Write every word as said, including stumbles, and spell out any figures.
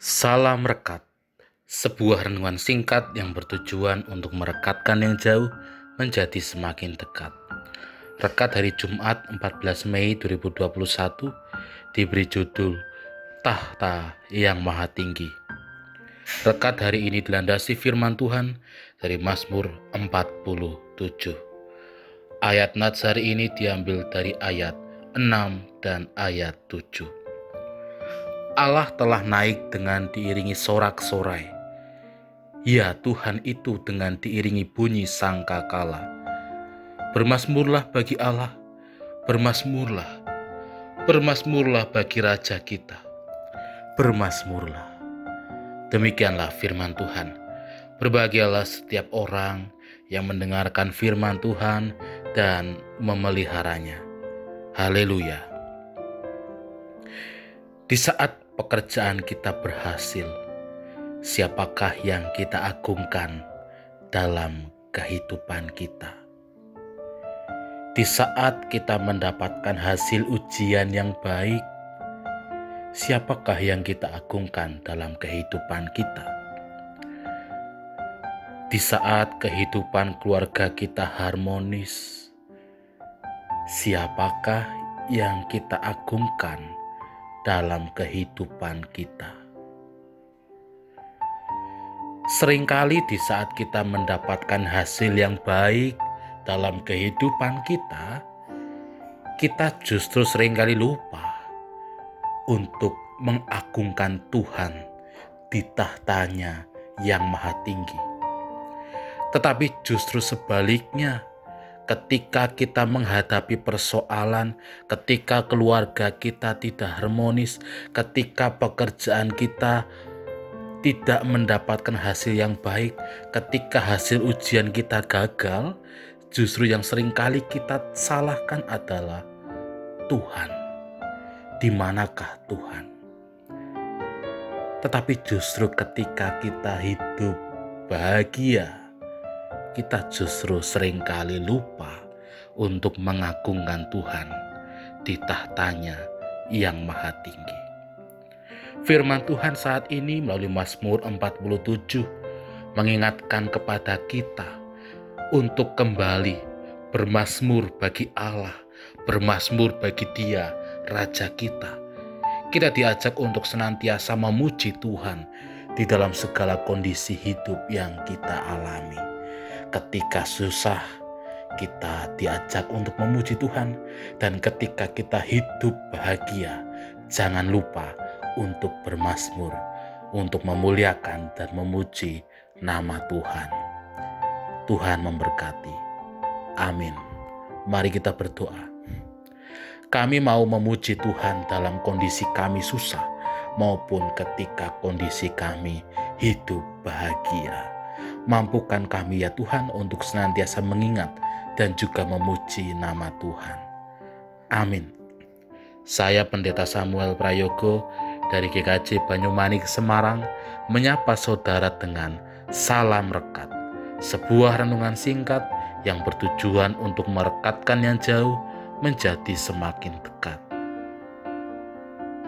Salam Rekat, sebuah renungan singkat yang bertujuan untuk merekatkan yang jauh menjadi semakin dekat. Rekat hari Jumat empat belas Mei dua ribu dua puluh satu diberi judul Tahta yang Maha Tinggi. Rekat hari ini dilandasi firman Tuhan dari Mazmur empat puluh tujuh. Ayat nats hari ini diambil dari ayat enam dan ayat tujuh. Allah telah naik dengan diiringi sorak-sorai. Ya, Tuhan itu dengan diiringi bunyi sangkakala. Bermasmurlah bagi Allah, bermasmurlah, bermasmurlah bagi Raja kita, bermasmurlah. Demikianlah firman Tuhan. Berbahagialah setiap orang yang mendengarkan firman Tuhan dan memeliharanya. Haleluya. Di saat pekerjaan kita berhasil, siapakah yang kita agungkan dalam kehidupan kita? Di saat kita mendapatkan hasil ujian yang baik, siapakah yang kita agungkan dalam kehidupan kita? Di saat kehidupan keluarga kita harmonis, siapakah yang kita agungkan dalam kehidupan kita? Seringkali di saat kita mendapatkan hasil yang baik dalam kehidupan kita, kita justru seringkali lupa untuk mengagungkan Tuhan di tahtanya yang maha tinggi. Tetapi justru sebaliknya, ketika kita menghadapi persoalan, ketika keluarga kita tidak harmonis, ketika pekerjaan kita tidak mendapatkan hasil yang baik, ketika hasil ujian kita gagal, justru yang seringkali kita salahkan adalah Tuhan. Di manakah Tuhan? Tetapi justru ketika kita hidup bahagia, kita justru seringkali lupa untuk mengagungkan Tuhan di tahtanya yang maha tinggi. Firman Tuhan saat ini melalui Mazmur empat puluh tujuh mengingatkan kepada kita untuk kembali bermazmur bagi Allah, bermazmur bagi Dia, Raja kita. Kita diajak untuk senantiasa memuji Tuhan di dalam segala kondisi hidup yang kita alami. Ketika susah, kita diajak untuk memuji Tuhan, dan ketika kita hidup bahagia, jangan lupa untuk bermazmur, untuk memuliakan dan memuji nama Tuhan. Tuhan memberkati. Amin. Mari kita berdoa. Kami mau memuji Tuhan dalam kondisi kami susah maupun ketika kondisi kami hidup bahagia. Mampukan kami ya Tuhan untuk senantiasa mengingat dan juga memuji nama Tuhan. Amin. Saya Pendeta Samuel Prayogo dari G K J Banyumanik Semarang menyapa saudara dengan salam rekat, sebuah renungan singkat yang bertujuan untuk merekatkan yang jauh menjadi semakin dekat.